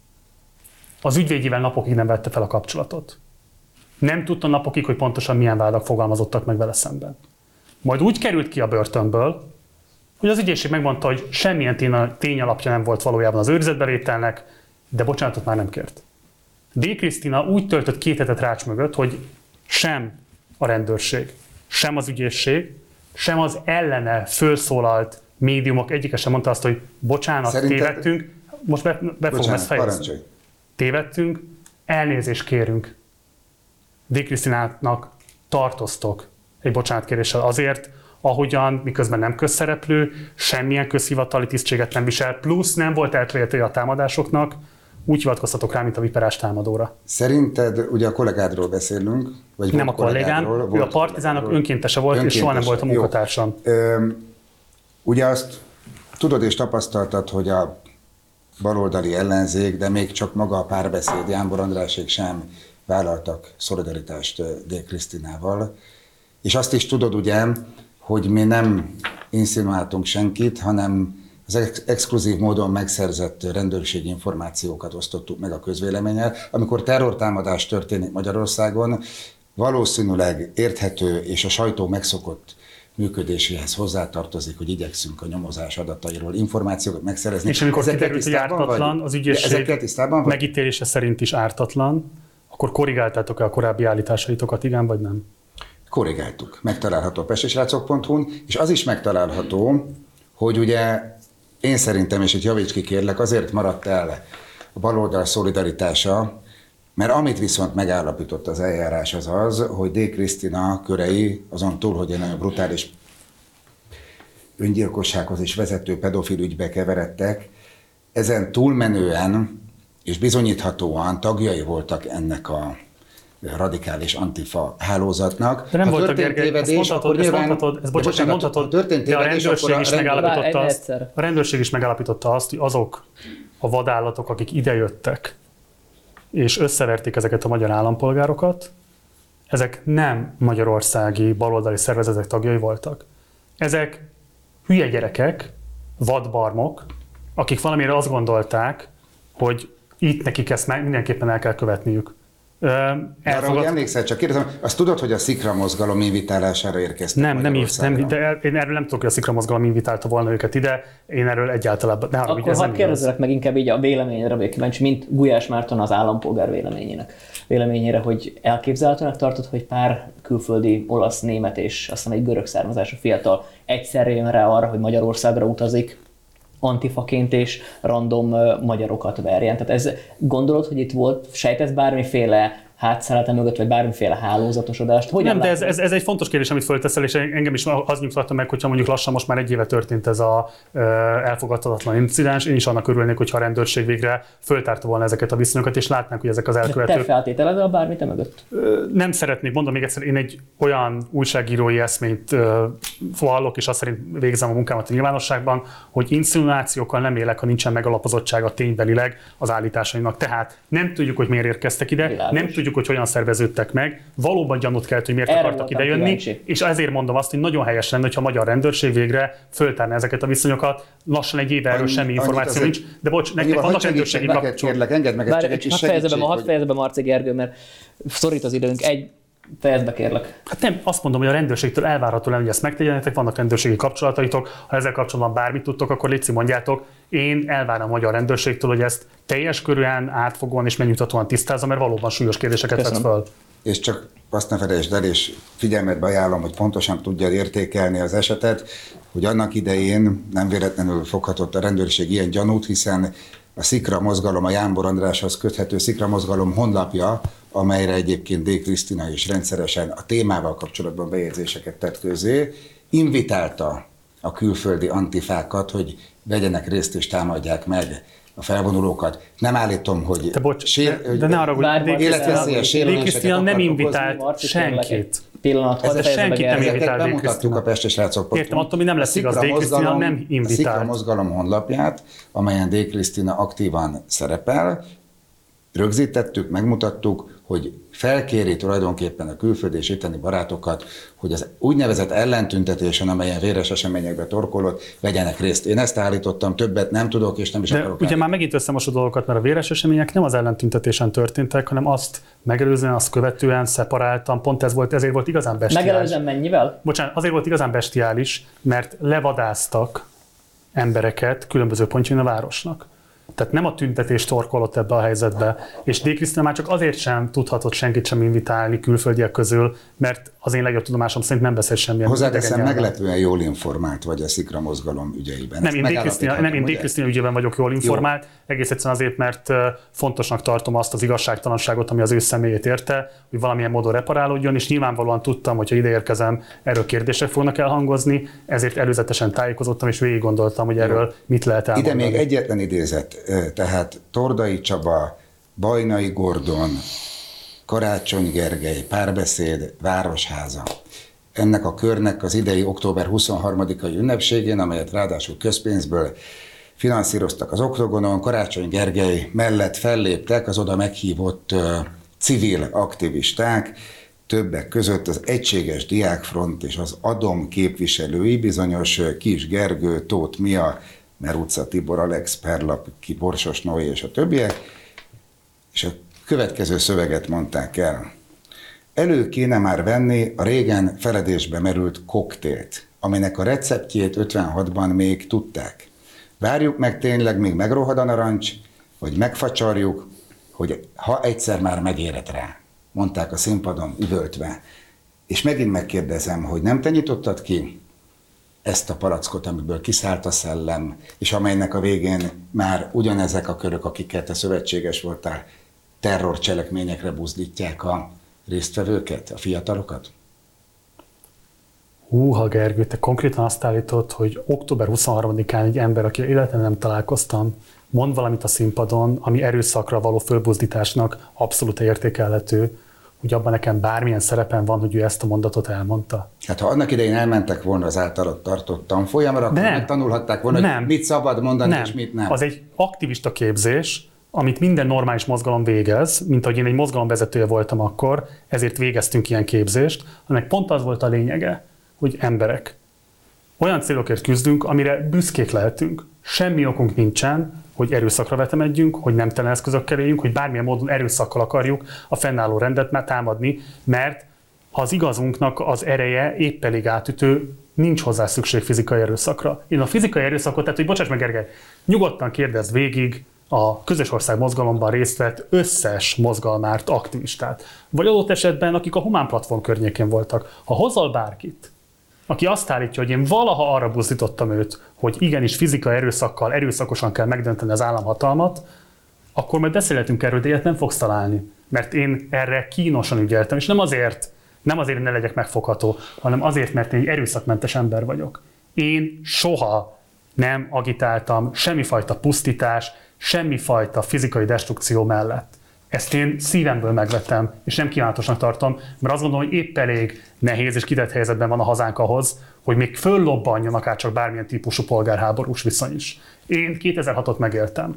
Az ügyvédjével napokig nem vette fel a kapcsolatot. Nem tudta napokig, hogy pontosan milyen vádak fogalmazottak meg vele szemben. Majd úgy került ki a börtönből, hogy az ügyészség megmondta, hogy semmilyen tény alapja nem volt valójában az őrizetbevételnek, de bocsánatot már nem kért. D. Krisztina úgy töltött két hetet rács mögött, hogy sem a rendőrség, sem az ügyészség, sem az ellene fölszólalt médiumok egyike sem mondta azt, hogy bocsánat, Szerinted... tévedtünk, most be, be fogom ezt fejezni. Tévedtünk, elnézést kérünk. D. Krisztinának tartoztok egy bocsánatkéréssel azért, ahogyan, miközben nem közszereplő, semmilyen közhivatali tisztséget nem visel, plusz nem volt elkövetője a támadásoknak, úgy hivatkoztatok rá, mint a viperás támadóra. Szerinted, ugye a kollégádról beszélünk? Vagy nem a kollégám, ő a Partizánnak önkéntese volt, önkéntese. És soha nem volt a munkatársam. Ö, ugye azt tudod és tapasztaltad, hogy a baloldali ellenzék, de még csak maga a párbeszéd, Jámbor Andrásék sem vállaltak szolidaritást D. Krisztinával. És azt is tudod ugye, hogy mi nem insinuáltunk senkit, hanem az ex- exkluzív módon megszerzett rendőrségi információkat osztottuk meg a közvéleménnyel. Amikor terrortámadás történik Magyarországon, valószínűleg érthető és a sajtó megszokott működéséhez hozzátartozik, hogy igyekszünk a nyomozás adatairól információkat megszerezni. És amikor kiderült, hogy ártatlan, vagy? Az ügyészség megítélése szerint is ártatlan, akkor korrigáltátok-e a korábbi állításaitokat, igen vagy nem? Korrigáltuk. Megtalálható a pestésrácok pont hu-n, és az is megtalálható, hogy ugye én szerintem, és itt javíts ki kérlek, azért maradt el a baloldal szolidaritása, mert amit viszont megállapított az eljárás az az, hogy D. Krisztina körei azon túl, hogy egy nagyon brutális öngyilkossághoz is vezető pedofil ügybe keveredtek, ezen túlmenően és bizonyíthatóan tagjai voltak ennek a radikális antifa hálózatnak. De nem volt a Gergely, ezt mondhatod, ezt mondhatod, ezt bocsánat, mondhatod, történt de a rendőrség, is megállapította azt, a rendőrség is megállapította azt, hogy azok a vadállatok, akik idejöttek, és összeverték ezeket a magyar állampolgárokat, ezek nem magyarországi baloldali szervezetek tagjai voltak. Ezek hülye gyerekek, vadbarmok, akik valamire azt gondolták, hogy itt nekik ezt mindenképpen el kell követniük. Arra, hogy emlékszel, csak kérdezem, azt tudod, hogy a Szikra mozgalom invitálására érkeztek Nem, nem, nem, de én erről nem tudok, hogy a Szikra mozgalom invitálta volna őket ide, én erről egyáltalán ne arra, Akkor hadd kérdezzelek meg inkább így a véleményre, vagy kíváncsi, mint Gulyás Márton az állampolgár véleményének. Véleményére, hogy elképzelhetőnek tartod, hogy pár külföldi olasz, német és aztán egy görög származású fiatal egyszerre jön rá arra, hogy Magyarországra utazik, antifaként és random magyarokat verjen. Tehát ez, gondolod, hogy itt volt, sejtesz bármiféle hátszálata mögött, vagy bármiféle hálózatosodást? Hogyan nem, de ez, ez, ez egy fontos kérdés, amit fölteszel, és engem is az nyugtatta meg, hogyha mondjuk lassan most már egy éve történt ez a uh, elfogadhatatlan incidens, én is annak örülnék, hogyha a rendőrség végre föltárta volna ezeket a viszonyokat, és látnánk, hogy ezek az elkövetők... Te feltételezed bármit mögött? Nem szeretnék, mondom még egyszer, én egy olyan újságírói eszményt uh, vallok, és azt szerint végzem a munkámat a nyilvánosságban, hogy insinuációkkal nem élek, ha nincsen megalapozottsága ténybelileg az állításaimnak. Tehát nem tudjuk, hogy miért érkeztek ide, Világos. nem tudjuk, hogy hogyan szerveződtek meg, valóban gyanút kelt, hogy miért Erre akartak idejönni, kíváncsi. És ezért mondom azt, hogy nagyon helyes lenne, hogyha a magyar rendőrség végre föltárna ezeket a viszonyokat. Lassan egy éve erről semmi információ nincs, de bocs, nektek vannak rendőrségi kapcsolatok. Engedd meg egy kis segítség. Hadd fejezze be Marci Gergő, mert szorít az időnk. Egy fejezd be, kérlek. Hát nem, azt mondom, hogy a rendőrségtől elvárható lenne, hogy ezt megtegyenek, vannak rendőrségi kapcsolataitok, ha ezzel kapcsolatban bármit tudtok, akkor légy mondjátok. Én elvárom a magyar rendőrségtől, hogy ezt teljes körűen, átfogóan és megnyugtatóan tisztázza, mert valóban súlyos kérdéseket vett föl. És csak azt ne felejtsd el, és figyelmetbe ajánlom, hogy pontosan tudja értékelni az esetet, hogy annak idején nem véletlenül foghatott a rendőrség ilyen gyanút, hiszen a Szikra mozgalom, a Jámbor Andráshoz köthető Szikra mozgalom honlapja, amelyre egyébként D. Krisztina is rendszeresen a témával kapcsolatban bejegyzéseket tett közé, invitálta a külföldi antifákat, hogy vegyenek részt és támadják meg a felvonulókat. Nem állítom, hogy de bocs, sér, de, de ne arra, hogy életveszélyes sérüléseket D. Krisztina nem invitált senkit. Pillanat, ez senkit nem invitált. Bemutattuk a pestésrácok. Értem, attól mi nem lesz igaz, D. Krisztina nem invitált. A Szikra mozgalom honlapját, amelyen D. Krisztina aktívan szerepel, rögzítettük, megmutattuk, hogy felkéri tulajdonképpen a külföldi és itteni barátokat, hogy az úgynevezett ellentüntetésen, amelyen véres eseményekbe torkolott, vegyenek részt. Én ezt állítottam, többet nem tudok, és nem is De akarok. ugye állítani. Már megint összemosod dolgokat, mert a véres események nem az ellentüntetésen történtek, hanem azt megelőzően, azt követően, szeparáltan, pont ez volt, ezért volt igazán bestiális. Megelőzően mennyivel? Bocsánat, azért volt igazán bestiális, mert levadáztak embereket különböző pontjain a városnak. Tehát nem a tüntetés torkolott ebbe a helyzetbe, és D. Krisztina már csak azért sem tudhatott senkit sem invitálni külföldiek közül, mert az én legjobb tudomásom szerint nem beszél semmilyen. Hozzáteszem, meglepően jól informált vagy a Szikra mozgalom ügyeiben. Nem, én D. Krisztina, nem, én D. Krisztina ügyében vagyok jól informált, jó. Egész egyszerűen azért, mert fontosnak tartom azt az igazságtalanságot, ami az ő személyét érte, hogy valamilyen módon reparálódjon, és nyilvánvalóan tudtam, hogy ha ide érkezem, erről kérdések fognak elhangozni, ezért előzetesen tájékozottam, és végig gondoltam, hogy erről jó. Mit lehet elmondani. Ide még egyetlen idézet, tehát Tordai Csaba, Bajnai Gordon, Karácsony Gergely, Párbeszéd, Városháza. Ennek a körnek az idei október huszonharmadikai ünnepségén, amelyet ráadásul közpénzből finanszíroztak az Oktogonon, Karácsony Gergely mellett felléptek az oda meghívott uh, civil aktivisták, többek között az Egységes Diákfront és az ADOM képviselői, bizonyos Kis Gergő, Tóth Mia, Merúca Tibor, Alex Perlap, Borsos Noé és a többiek, és a következő szöveget mondták el. Elő kéne már venni a régen feledésbe merült koktélt, aminek a receptjét ötvenhatban még tudták. Várjuk meg tényleg, míg megrohad a narancs, vagy megfacsarjuk, hogy ha egyszer már megérett rá, mondták a színpadon üvöltve. És megint megkérdezem, hogy nem te nyitottad ki ezt a palackot, amiből kiszállt a szellem, és amelynek a végén már ugyanezek a körök, akiket te szövetséges voltál, terrorcselekményekre buzdítják a résztvevőket, a fiatalokat? Húha, Gergő, te konkrétan azt állítod, hogy október huszonharmadikán egy ember, aki életemben nem találkoztam, mond valamit a színpadon, ami erőszakra való fölbuzdításnak abszolút értékelhető, hogy abban nekem bármilyen szerepem van, hogy ő ezt a mondatot elmondta. Hát ha annak idején elmentek volna az általad tartott tanfolyamra, akkor megtanulhatták volna, nem. Hogy mit szabad mondani, nem. És mit nem. Az egy aktivista képzés, amit minden normális mozgalom végez, mint ahogy én egy mozgalomvezetője voltam akkor, ezért végeztünk ilyen képzést, aminek pont az volt a lényege, hogy emberek. Olyan célokért küzdünk, amire büszkék lehetünk. Semmi okunk nincsen, hogy erőszakra vetemedjünk, hogy nemtelen eszközökkel éljünk, hogy bármilyen módon erőszakkal akarjuk a fennálló rendet támadni, mert az igazunknak az ereje épp elég átütő, nincs hozzá szükség fizikai erőszakra. Én a fizikai erőszakot, tehát hogy bocsáss meg, Gergely, nyugodtan kérdezz végig a közös ország mozgalomban részt vett összes mozgalmárt, aktivistát, vagy adott esetben, akik a Humán Platform környékén voltak. Ha hozol bárkit, aki azt állítja, hogy én valaha arra buzdítottam őt, hogy igenis fizikai erőszakkal, erőszakosan kell megdönteni az államhatalmat, akkor majd beszélhetünk erről, de ilyet nem fogsz találni. Mert én erre kínosan ügyeltem, és nem azért, nem azért, hogy ne legyek megfogható, hanem azért, mert én egy erőszakmentes ember vagyok. Én soha nem agitáltam semmifajta pusztítás, semmifajta fizikai destrukció mellett. Ezt én szívemből megvettem, és nem kívánatosnak tartom, mert azt gondolom, hogy épp elég nehéz és kitett helyzetben van a hazánk ahhoz, hogy még föllobbanjon akár csak bármilyen típusú polgárháborús viszony is. Én kétezer-hatot megéltem.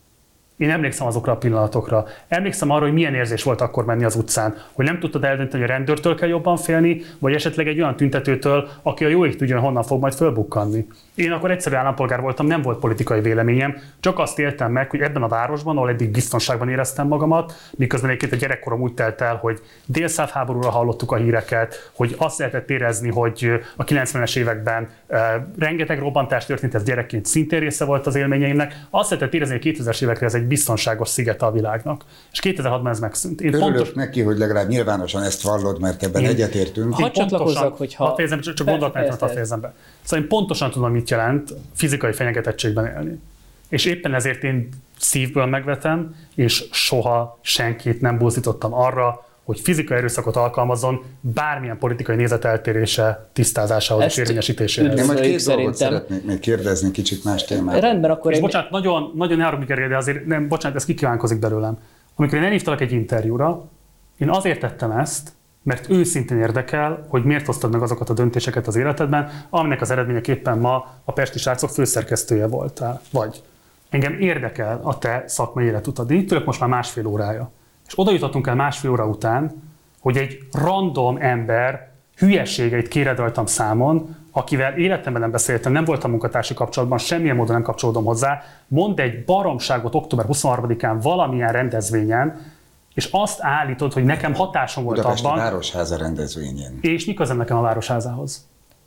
Én emlékszem azokra a pillanatokra. Emlékszem arra, hogy milyen érzés volt akkor menni az utcán, hogy nem tudtad eldönteni, hogy a rendőrtől kell jobban félni, vagy esetleg egy olyan tüntetőtől, aki a jó ég tudjon, honnan fog majd fölbukkanni. Én akkor egyszerű állampolgár voltam, nem volt politikai véleményem, csak azt éltem meg, hogy ebben a városban, ahol eddig biztonságban éreztem magamat, miközben egyébként a gyerekkorom úgy telt el, hogy délszláv háborúra hallottuk a híreket, hogy azt lehetett érezni, hogy a kilencvenes években e, rengeteg robbantás történt, ez gyerekként szintén része volt az élményeimnek. Azt lehetett érezni, hogy kétezeres évekre ez egy biztonságos szigete a világnak. És kétezer-hatban ez megszűnt. Én Örülök pontos... neki, hogy legalább nyilvánosan ezt vallod, mert ebben én... egyetértünk. Ha csatlakozzak, hogyha... Ha fejezem, csak, csak gondolatmenetet hadd fejezem be. Szóval én pontosan tudom, mit jelent fizikai fenyegetettségben élni. És éppen ezért én szívből megvetem, és soha senkit nem buzdítottam arra, hogy fizikai erőszakot alkalmazzon bármilyen politikai nézeteltérése tisztázásához és érvényesítéséhez. Én majd két dolgot szeretnék még kérdezni, kicsit más témát. Rendben, akkor és én... bocsánat, nagyon, nagyon ne haragudj, de azért nem, bocsánat, ez kikívánkozik belőlem. Amikor én elhívtalak egy interjúra, én azért tettem ezt, mert őszintén érdekel, hogy miért hoztad meg azokat a döntéseket az életedben, aminek az eredményeképpen ma a Pesti Srácok főszerkesztője voltál. Vagy engem érdekel a te szakmai életutad. Itt ülök most már másfél órája. És oda jutottunk el másfél óra után, hogy egy random ember hülyeségeit kéred rajtam számon, akivel életemben nem beszéltem, nem voltam munkatársi kapcsolatban, semmilyen módon nem kapcsolódom hozzá, mond egy baromságot október huszonharmadikán valamilyen rendezvényen, és azt állítod, hogy nekem hatásom volt Budapesti abban. Városháza rendezvényén. És mi közöm nekem a Városházához?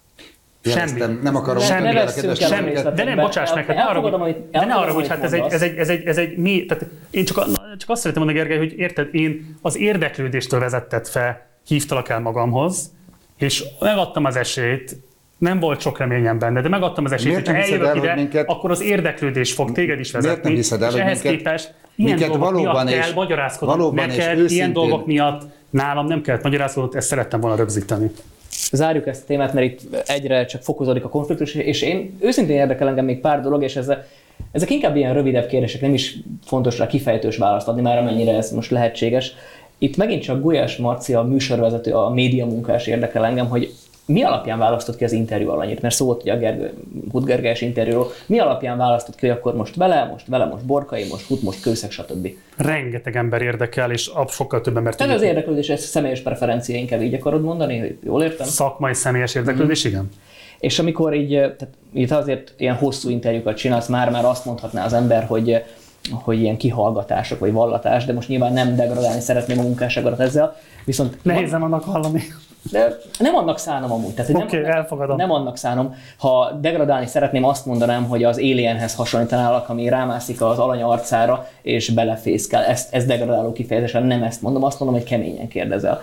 Semmi. Nem akarom Semmi. mondani, a kedves Semmi. De nem, bocsáss meg, hát ne arra, hogy, de ne arra, hogy hát ez egy, ez egy, ez egy, ez egy mi, tehát én csak, csak azt szeretem mondani, Gergely, hogy érted, én az érdeklődéstől vezettet fel, hívtalak el magamhoz, és megadtam az esélyt, nem volt sok reményem benne, de megadtam az esélyt, hogy eljövök ide, minket, akkor az érdeklődés fog téged is vezetni, miért nem el, és ehhez minket, képest ilyen dolgok miatt kell magyarázkodnom neked, őszintén... ilyen dolgok miatt nálam nem kellett magyarázkodnod, ezt szerettem volna rögzíteni. Zárjuk ezt a témát, mert itt egyre csak fokozódik a konfliktus, és én őszintén érdekel engem még pár dolog, és ezzel, ezek inkább ilyen rövidebb kérdések, nem is fontos rá kifejtős választ adni, már amennyire ez most lehetséges. Itt megint csak Gulyás Marci, a műsorvezető, a médiamunkás érdekel engem, hogy mi alapján választott ki az interjú alanyit? Mert szó volt ugye a Gergely, Hut Gergelyes interjúról. Mi alapján választott ki, hogy akkor most vele, most vele, most Borkai, most Hut, most Kőszeg, stb. Rengeteg ember érdekel, és sokkal több ember tudja. Tehát az érdeklődés, ez személyes preferencia, inkább így akarod mondani, hogy jól értem? Szakmai személyes érdeklődés, mm. igen. És amikor így, tehát itt azért ilyen hosszú interjúkat csinálsz, már-már azt mondhatná az ember, hogy hogy ilyen kihallgatások vagy vallatás, de most nyilván nem degradálni szeretném a munkásságodat ezzel, viszont... Nehéz nem annak hallani. De nem annak szánom amúgy. Oké, okay, elfogadom. Nem annak szánom. Ha degradálni szeretném, azt mondanám, hogy az Alienhez hasonlítanálak, ami rámászik az alany arcára, és belefészkel. Ez, ez degradáló kifejezésen, nem ezt mondom, azt mondom, hogy keményen kérdezel.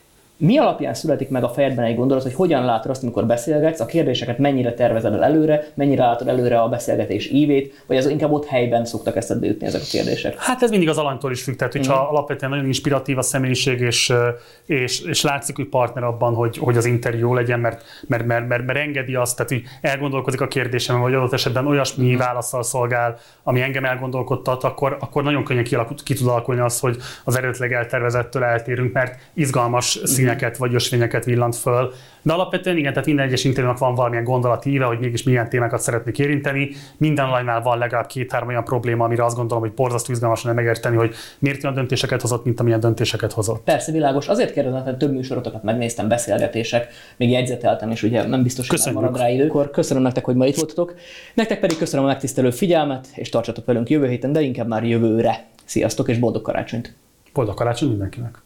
Mi alapján születik meg a fejedben egy gondolat, hogy hogyan látod azt, amikor beszélgetsz, a kérdéseket mennyire tervezed el előre, mennyire látod előre a beszélgetés ívét, vagy az inkább ott helyben szoktak eszedbe jutni ezek a kérdések? Hát ez mindig az alanytól is függ, tehát hogyha mm. alapvetően nagyon inspiratív a személyiség, és, és, és látszik, hogy partner abban, hogy, hogy az interjú jó legyen, mert, mert, mert, mert, mert engedi azt, tehát hogy elgondolkozik a kérdésem, vagy adott esetben olyasmi mm. válaszsal szolgál, ami engem elgondolkodtat, akkor, akkor nagyon könnyen ki, ki tud alakulni az, hogy az eredetileg eltervezettől eltérünk, mert izgalmas mm. színeket vagy ösvényeket villant föl. De alapvetően igen, tehát minden egyes interjúnak van valamilyen gondolati íve, hogy mégis milyen témákat szeretnék érinteni. Minden alanynál van legalább két-három olyan probléma, amire azt gondolom, hogy borzasztó izgalmasan megérteni, hogy miért olyan döntéseket hozott, mint amilyen döntéseket hozott. Persze, világos. Azért kérdezem, hogy több műsorotokat megnéztem, beszélgetések, még jegyzeteltem, és ugye nem biztos, hogy marad rá idő. Akkor köszönöm nektek, hogy ma itt voltatok. Nektek pedig köszönöm a megtisztelő figyelmet, és tartsatok velünk jövő héten, de inkább már jövőre. Sziasztok, és boldog karácsonyt! Boldog karácsony mindenkinek!